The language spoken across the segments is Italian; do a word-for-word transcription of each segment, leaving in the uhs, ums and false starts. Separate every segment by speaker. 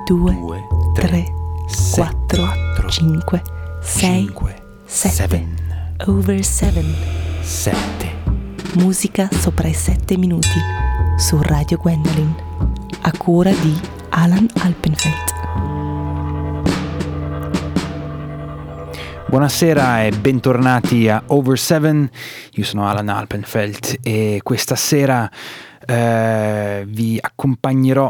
Speaker 1: due, tre, quattro, cinque, sei, sette. Over seven.
Speaker 2: sette.
Speaker 1: Musica sopra i sette minuti su Radio Gwendolyn, a cura di Alan Alpenfelt.
Speaker 2: Buonasera e bentornati a Over seven. Io sono Alan Alpenfelt e questa sera eh, vi accompagnerò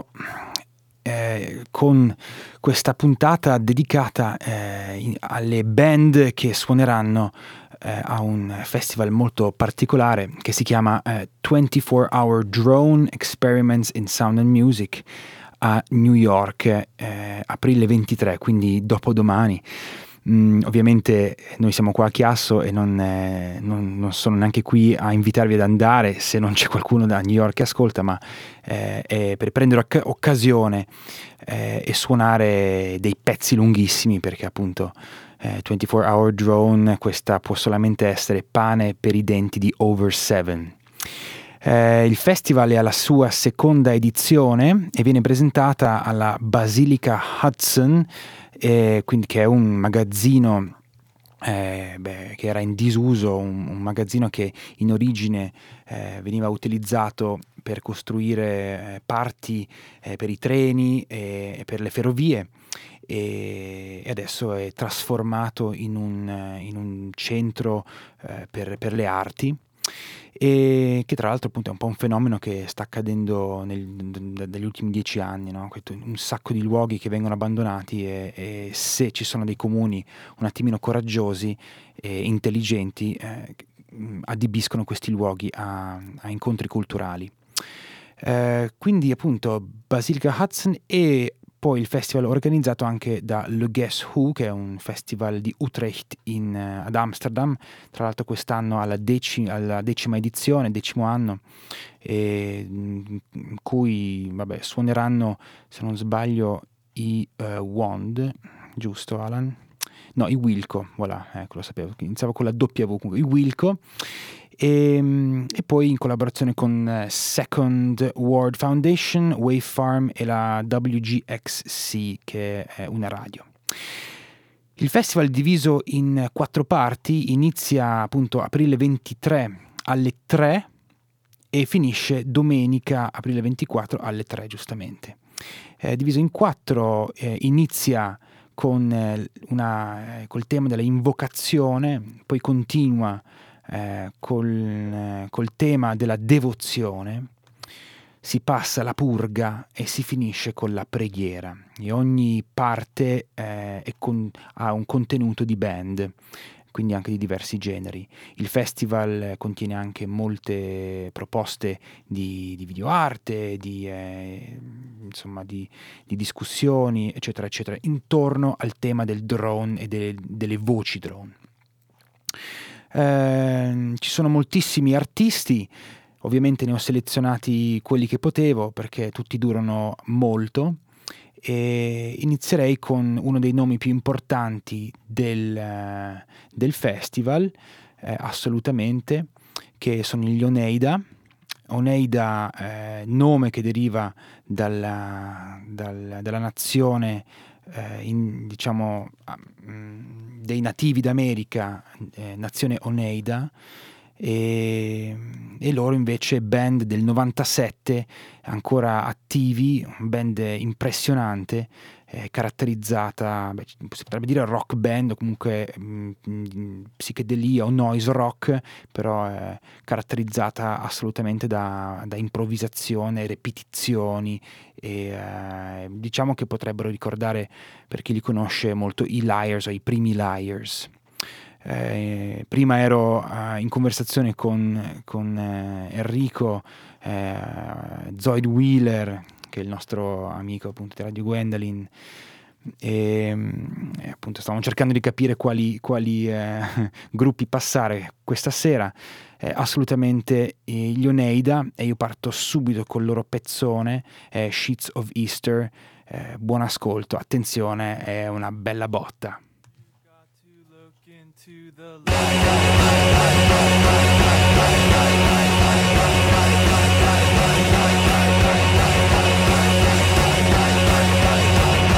Speaker 2: eh, con questa puntata dedicata eh, in, alle band che suoneranno eh, a un festival molto particolare che si chiama eh, twenty-four hour Drone Experiments in Sound and Music a New York, eh, aprile ventitré, quindi dopodomani. Mm, ovviamente noi siamo qua a Chiasso e non, eh, non, non sono neanche qui a invitarvi ad andare se non c'è qualcuno da New York che ascolta, ma eh, è per prendere oc- occasione eh, e suonare dei pezzi lunghissimi, perché appunto eh, twenty-four hour Drone, questa può solamente essere pane per i denti di Over seven. Eh, il festival è alla sua seconda edizione e viene presentata alla Basilica Hudson, eh, quindi che è un magazzino eh, beh, che era in disuso, un, un magazzino che in origine eh, veniva utilizzato per costruire eh, parti eh, per i treni e, e per le ferrovie, e adesso è trasformato in un, in un centro eh, per, per le arti, e che tra l'altro appunto è un po' un fenomeno che sta accadendo nel, negli ultimi dieci anni, no? Un sacco di luoghi che vengono abbandonati e, e se ci sono dei comuni un attimino coraggiosi e intelligenti eh, adibiscono questi luoghi a, a incontri culturali. Eh, quindi appunto Basilica Hudson, e poi il festival organizzato anche da Le Guess Who, che è un festival di Utrecht in, uh, ad Amsterdam, tra l'altro quest'anno alla, deci, alla decima edizione, decimo anno, e, in cui vabbè, suoneranno, se non sbaglio, i uh, Wand, giusto Alan? No, i Wilco, voilà, ecco, lo sapevo, iniziavo con la W, comunque, i Wilco. E, e poi in collaborazione con Second World Foundation, Wavefarm e la W G X C, che è una radio. Il festival è diviso in quattro parti, inizia appunto aprile ventitré alle tre e finisce domenica aprile ventiquattro alle tre, giustamente. È diviso in quattro, eh, inizia con eh, una, eh, col tema della invocazione, poi continua Eh, col, eh, col tema della devozione, si passa la purga e si finisce con la preghiera, e ogni parte eh, è con, ha un contenuto di band, quindi anche di diversi generi. Il festival contiene anche molte proposte di, di videoarte, di, eh, insomma di, di discussioni eccetera eccetera intorno al tema del drone e delle, delle voci drone. Eh, ci sono moltissimi artisti, ovviamente ne ho selezionati quelli che potevo perché tutti durano molto, e inizierei con uno dei nomi più importanti del, del festival, eh, assolutamente, che sono gli Oneida. Oneida, eh, nome che deriva dalla, dal, dalla nazione eh, in, diciamo um, dei nativi d'America, eh, nazione Oneida, e, e loro invece band del novantasette, ancora attivi, band impressionante, eh, caratterizzata, beh, si potrebbe dire rock band o comunque mh, psichedelia o noise rock, però eh, caratterizzata assolutamente da, da improvvisazione, ripetizioni, e eh, diciamo che potrebbero ricordare, per chi li conosce, molto i Liars o i primi Liars. Eh, prima ero uh, in conversazione con, con eh, Enrico eh, Zoid Wheeler, che è il nostro amico appunto di Radio Gwendolyn, e, e appunto stavamo cercando di capire quali, quali eh, gruppi passare questa sera. Eh, assolutamente eh, gli Oneida, e io parto subito col loro pezzone, eh, Sheets of Easter. Eh, buon ascolto, attenzione, è una bella botta. To the light.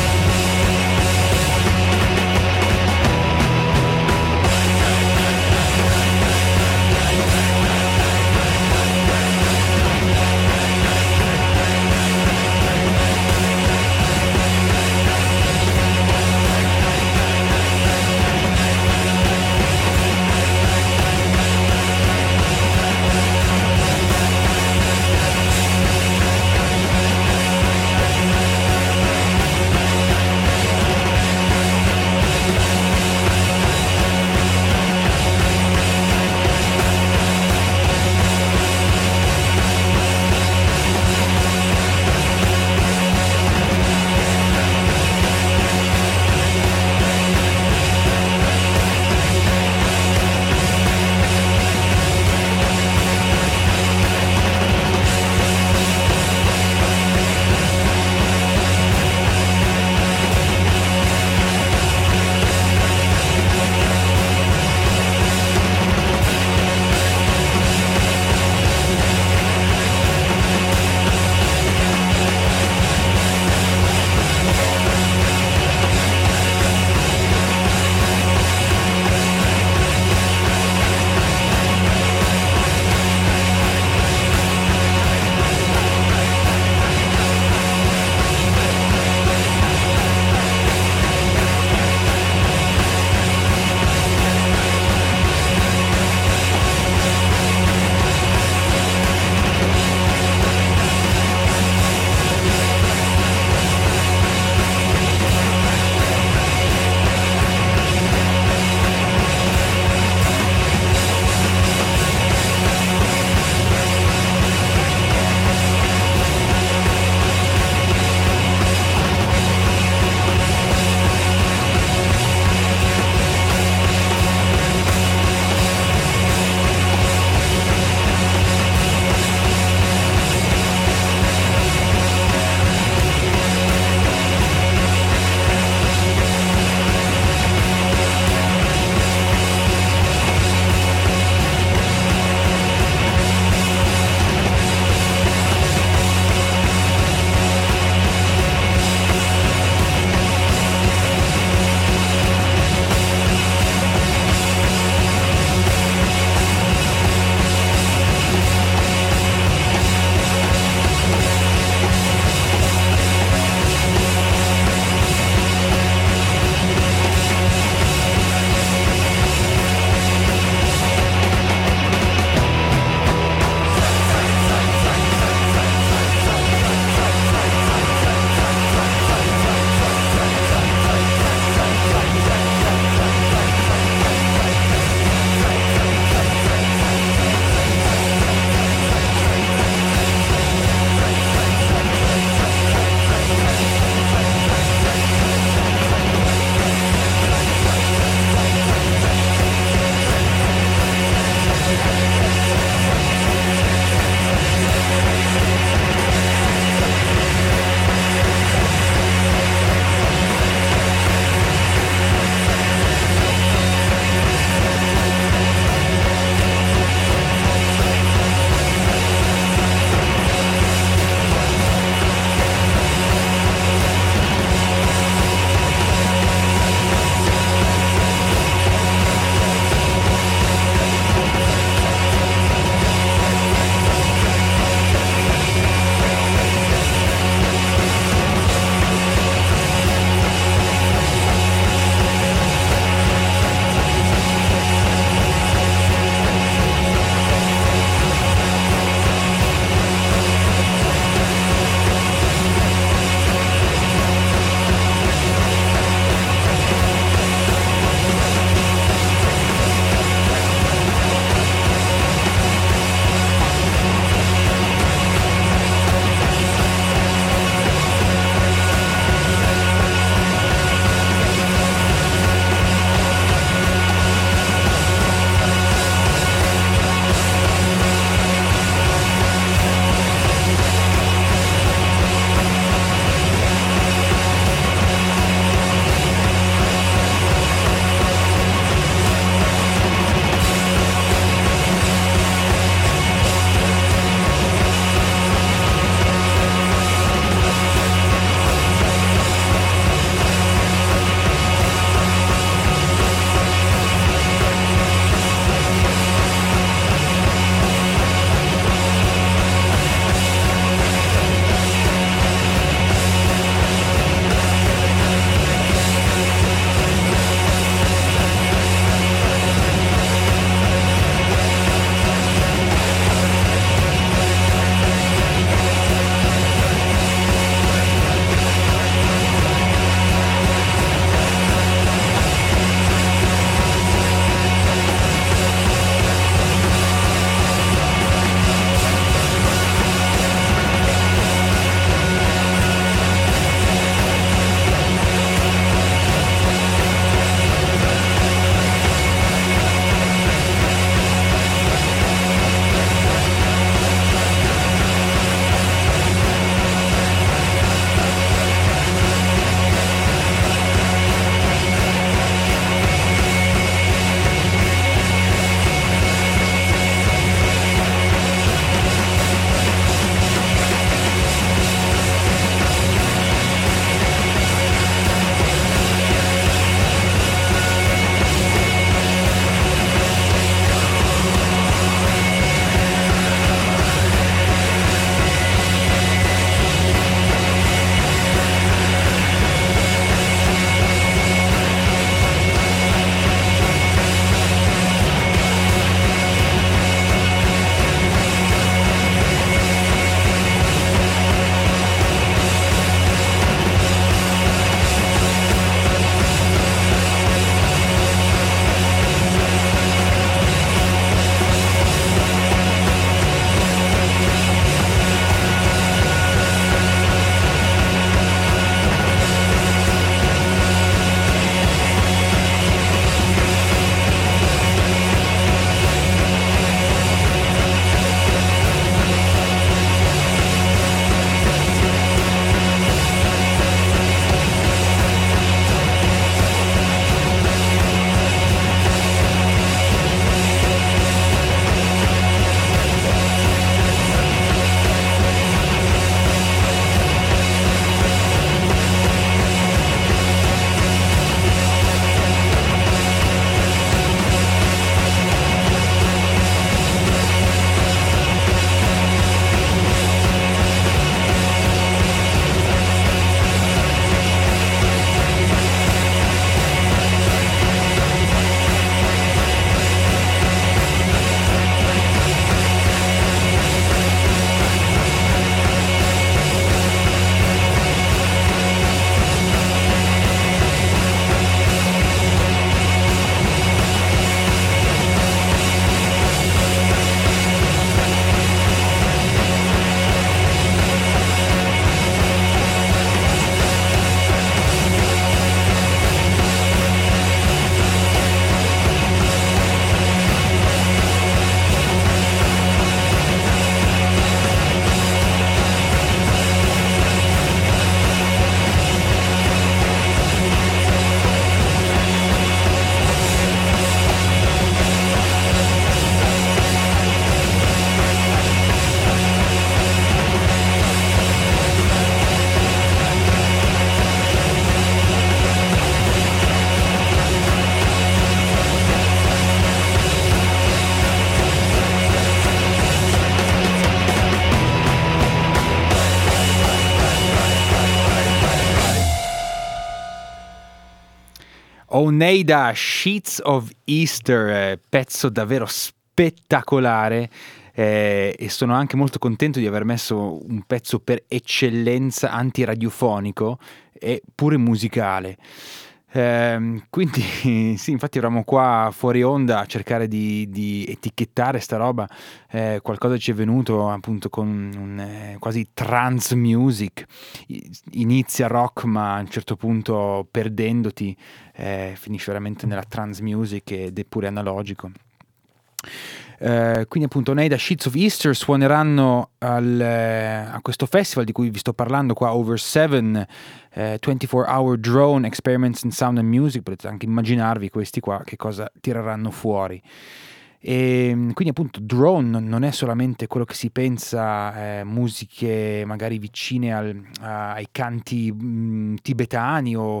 Speaker 2: Oneida, Sheets of Easter, eh, pezzo davvero spettacolare, eh, e sono anche molto contento di aver messo un pezzo per eccellenza antiradiofonico e pure musicale. Eh, quindi sì, infatti eravamo qua fuori onda a cercare di, di etichettare sta roba, eh, qualcosa ci è venuto appunto con un, eh, quasi trance music. I- inizia rock ma a un certo punto perdendoti, eh, finisce veramente nella trance music ed è pure analogico. Eh, quindi appunto Oneida, Sheets of Easter suoneranno al, eh, a questo festival di cui vi sto parlando qua, Over Seven, eh, ventiquattro hour Drone Experiments in Sound and Music. Potete anche immaginarvi questi qua che cosa tireranno fuori. E quindi appunto drone non è solamente quello che si pensa, eh, musiche magari vicine al, a, ai canti mh, tibetani o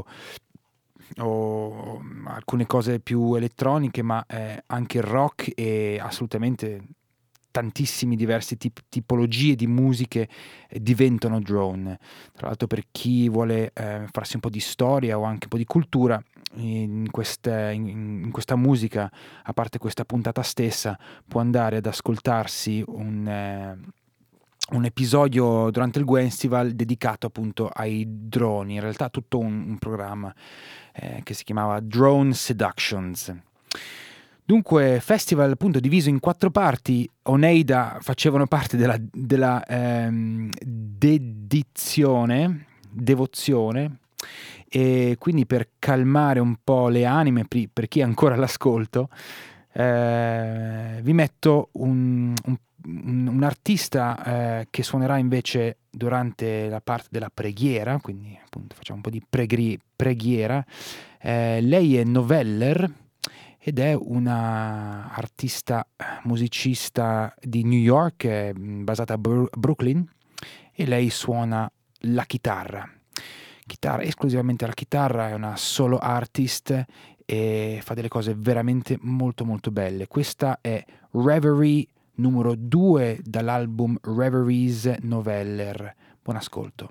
Speaker 2: o alcune cose più elettroniche, ma eh, anche il rock e assolutamente tantissimi diversi tip- tipologie di musiche eh, diventano drone. Tra l'altro, per chi vuole eh, farsi un po' di storia o anche un po' di cultura in, queste, in, in questa musica, a parte questa puntata stessa, può andare ad ascoltarsi un eh, un episodio durante il Festival dedicato appunto ai droni, in realtà tutto un, un programma eh, che si chiamava Drone Seductions. Dunque, festival appunto diviso in quattro parti. Oneida facevano parte della, della ehm, dedizione, devozione, e quindi per calmare un po' le anime, pri- per chi è ancora all'ascolto, eh, vi metto un, un un, un artista eh, che suonerà invece durante la parte della preghiera, quindi appunto facciamo un po' di pregri- preghiera. Eh, lei è Noveller ed è una artista musicista di New York, eh, basata a Bru- Brooklyn, e lei suona la chitarra. Chitarra, esclusivamente la chitarra, è una solo artist e fa delle cose veramente molto molto belle. Questa è Reverie numero due dall'album Reveries Noveller. Buon ascolto.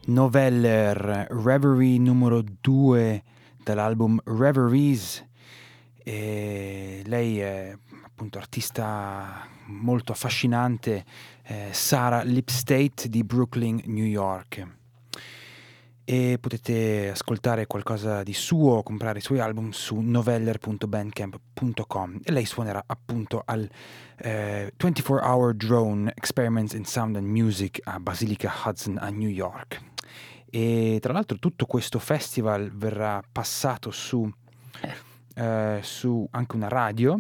Speaker 2: Noveller, Reverie numero due dall'album Reveries. E lei è appunto artista molto affascinante, eh, Sarah Lipstate di Brooklyn, New York. E potete ascoltare qualcosa di suo, comprare i suoi album su noveller punto bandcamp punto com, e lei suonerà appunto al eh, ventiquattro hour Drone Experiments in Sound and Music a Basilica Hudson a New York. E tra l'altro tutto questo festival verrà passato su, eh, su anche una radio,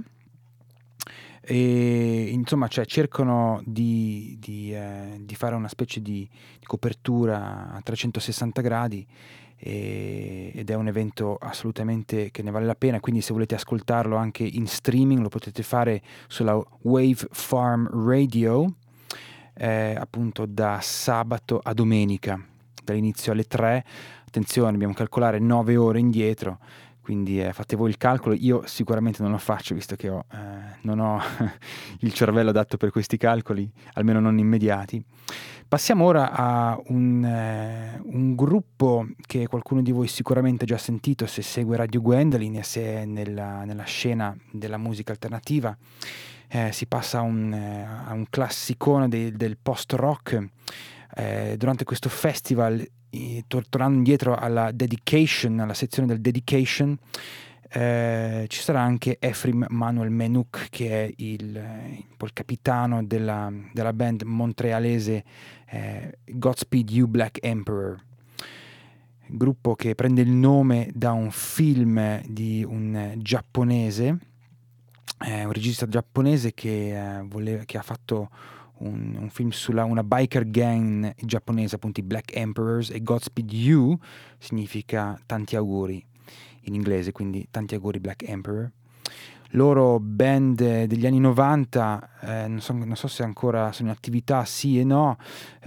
Speaker 2: e insomma, cioè, cercano di, di, eh, di fare una specie di, di copertura a trecentosessanta gradi, e, ed è un evento assolutamente che ne vale la pena. Quindi se volete ascoltarlo anche in streaming lo potete fare sulla Wave Farm Radio, eh, appunto da sabato a domenica, dall'inizio alle tre. Attenzione, dobbiamo calcolare nove ore indietro, quindi eh, fate voi il calcolo. Io sicuramente non lo faccio, visto che ho, eh, non ho il cervello adatto per questi calcoli, almeno non immediati. Passiamo ora a un, eh, un gruppo che qualcuno di voi sicuramente ha già sentito se segue Radio Gwendolyn e se è nella, nella scena della musica alternativa. Eh, si passa a un, eh, a un classicone de, del post-rock. Eh, durante questo festival, tornando indietro alla dedication, alla sezione del dedication, eh, ci sarà anche Efrim Manuel Menuk, che è il, il capitano della, della band montrealese eh, Godspeed You Black Emperor, gruppo che prende il nome da un film di un giapponese, eh, un regista giapponese che, eh, voleva, che ha fatto Un, un film sulla una biker gang giapponese, appunto i Black Emperors, e Godspeed You significa tanti auguri in inglese, quindi tanti auguri Black Emperor. Loro band degli anni novanta, eh, non, so, non so se ancora sono in attività, sì e no.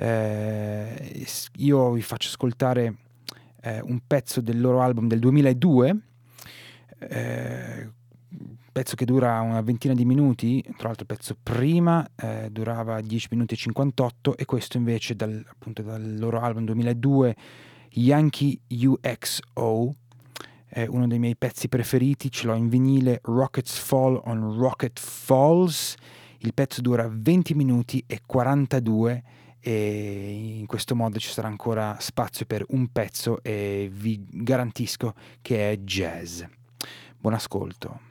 Speaker 2: Eh, io vi faccio ascoltare eh, un pezzo del loro album del duemiladue, eh, pezzo che dura una ventina di minuti. Tra l'altro il pezzo prima eh, durava dieci minuti e cinquantotto, e questo invece dal, appunto dal loro album duemiladue, Yankee U X O, è uno dei miei pezzi preferiti, ce l'ho in vinile, Rockets Fall on Rocket Falls. Il pezzo dura venti minuti e quarantadue, e in questo modo ci sarà ancora spazio per un pezzo, e vi garantisco che è jazz. Buon ascolto.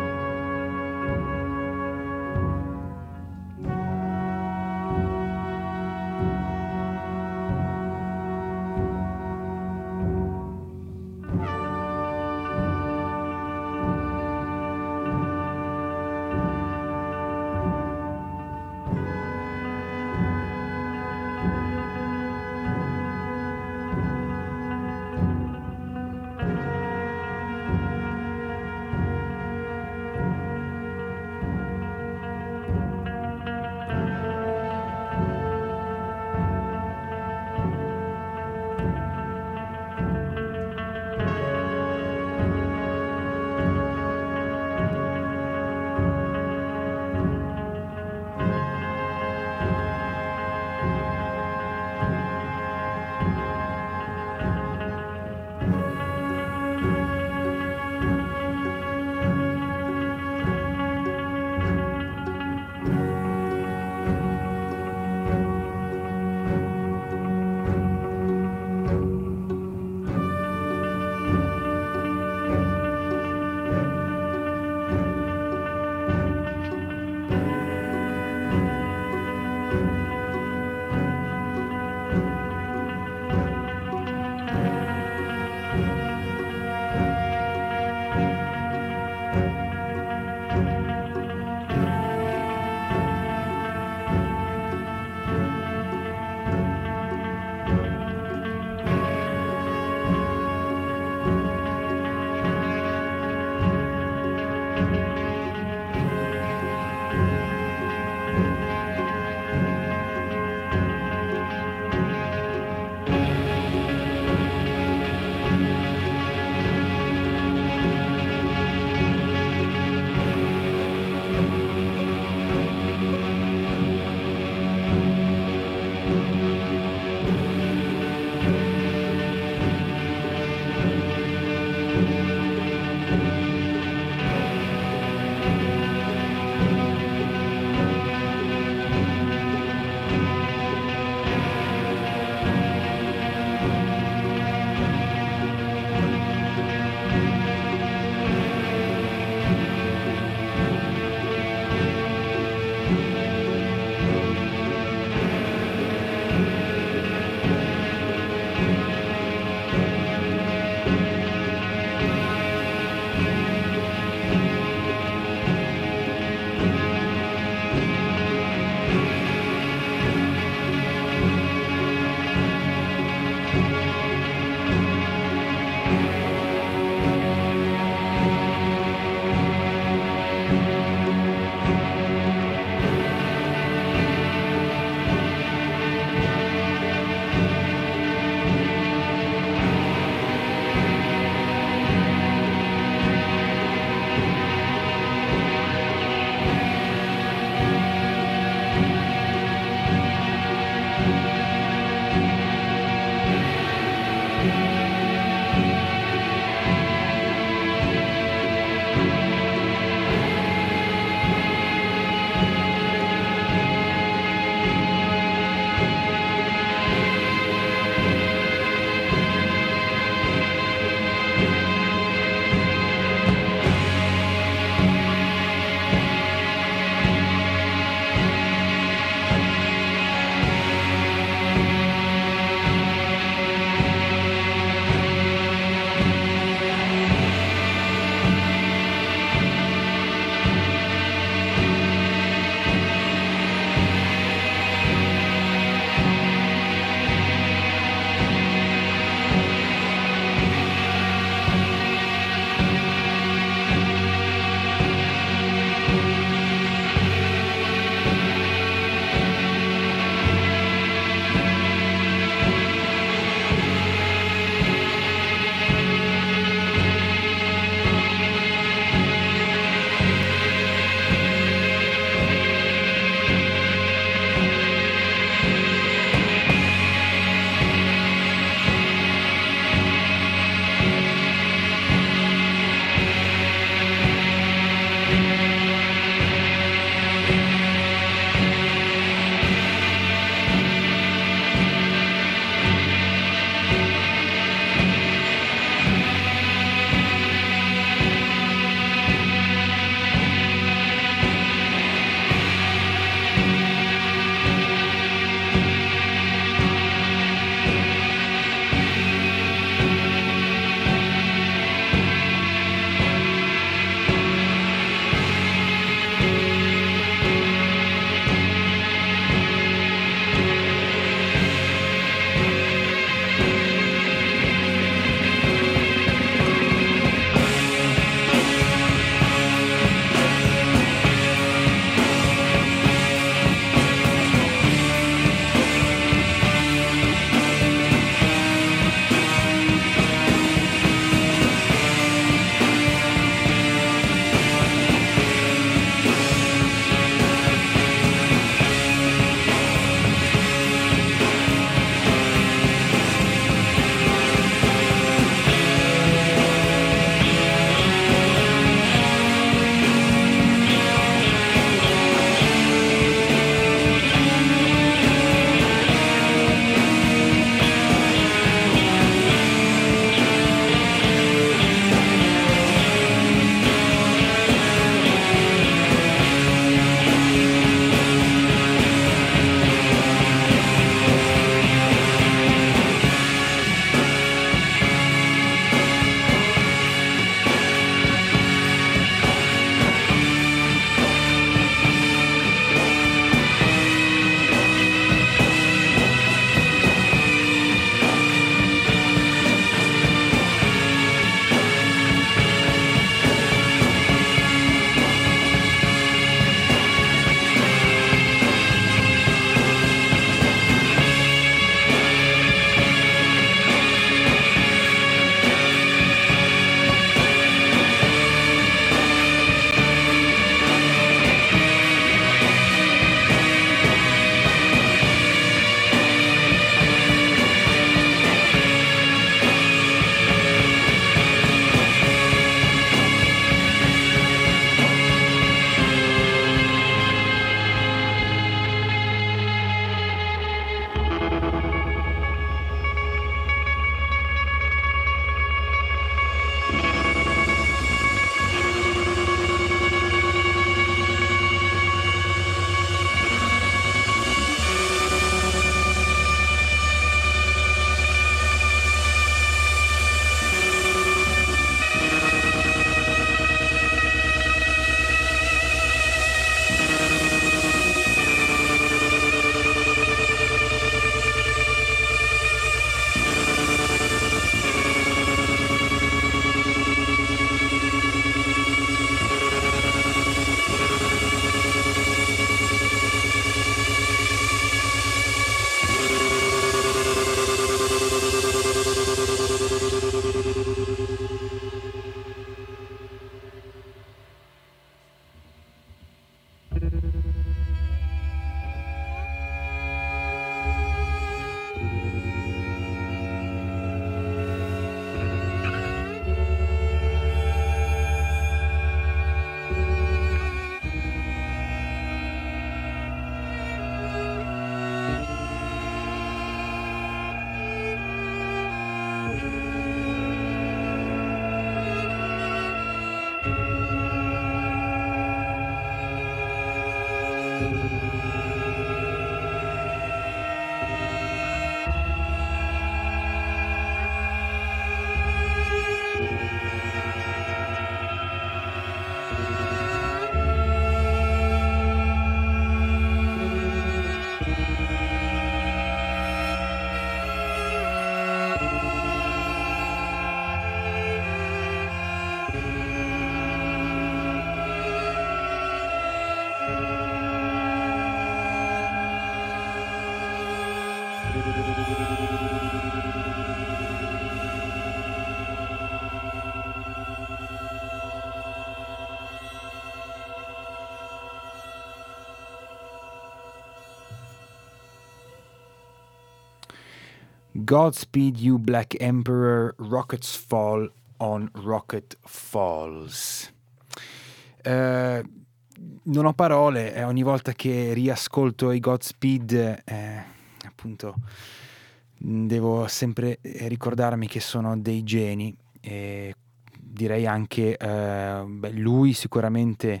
Speaker 2: Godspeed You Black Emperor, Rockets Fall on Rocket Falls. Eh, non ho parole, eh, ogni volta che riascolto i Godspeed, eh, appunto, devo sempre ricordarmi che sono dei geni, e direi anche, eh, beh, lui sicuramente,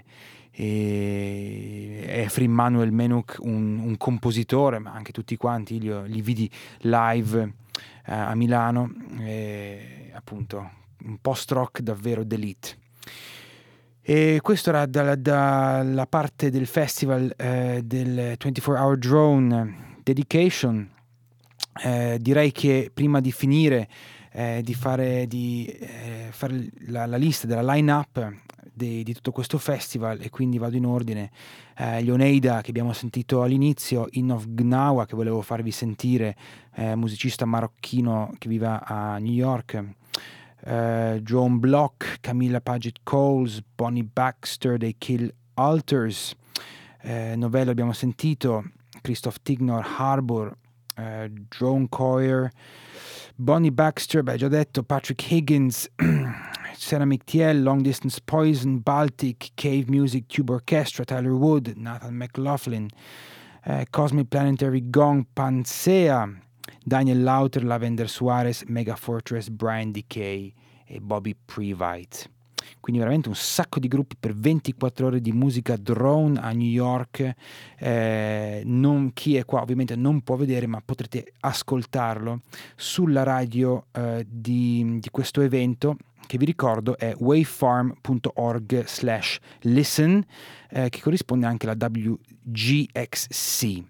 Speaker 2: e Efrim Manuel Menuk, un, un compositore, ma anche tutti quanti, li, li vidi live eh, a Milano, e, appunto un post-rock davvero d'élite. E questo era dalla, dalla parte del festival eh, del ventiquattro hour Drone Dedication. Eh, direi che prima di finire eh, di fare, di, eh, fare la, la lista della line-up di, di tutto questo festival, e quindi vado in ordine, eh, gli Oneida che abbiamo sentito all'inizio, Innov Gnawa che volevo farvi sentire, eh, musicista marocchino che vive a New York, eh, Joan Block, Camilla Paget Coles, Bonnie Baxter dei Kill Alters, eh, Novello abbiamo sentito, Christoph Tignor, Harbour, eh, Drone Coyer, Bonnie Baxter, beh già detto, Patrick Higgins, Sarah McTiel, Long Distance Poison, Baltic, Cave Music, Tube Orchestra, Tyler Wood, Nathan McLaughlin, eh, Cosmic Planetary Gong, Pansea, Daniel Lauter, Lavender Suarez, Mega Fortress, Brian Decay e Bobby Previte. Quindi veramente un sacco di gruppi per ventiquattro ore di musica drone a New York. Eh, non, chi è qua ovviamente non può vedere, ma potrete ascoltarlo sulla radio eh, di, di questo evento, che vi ricordo è wavefarm.org slash listen, eh, che corrisponde anche alla W G X C.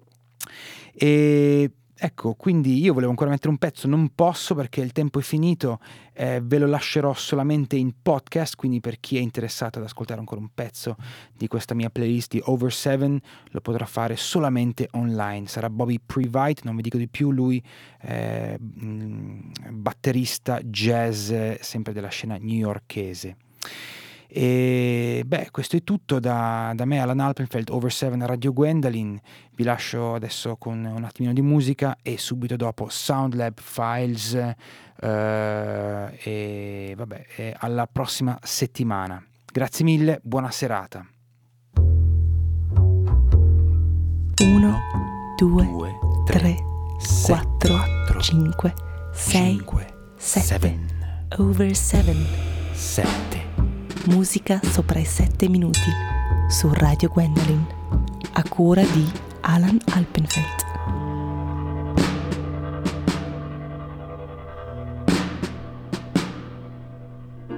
Speaker 2: E ecco, quindi io volevo ancora mettere un pezzo, non posso perché il tempo è finito, eh, ve lo lascerò solamente in podcast, quindi per chi è interessato ad ascoltare ancora un pezzo di questa mia playlist di Over seven lo potrà fare solamente online. Sarà Bobby Previte, non vi dico di più, lui eh, batterista jazz sempre della scena newyorkese. E beh, questo è tutto da, da me, Alan Alpenfeld, Over seven a Radio Gwendolyn. Vi lascio adesso con un attimino di musica e subito dopo Soundlab Files, eh, e vabbè, e alla prossima settimana. Grazie mille, buona serata.
Speaker 1: uno, due, tre, quattro, cinque, sei, sette. Over seven.
Speaker 2: sette.
Speaker 1: Musica sopra i sette minuti su Radio Gwendolyn, a cura di Alan Alpenfeld.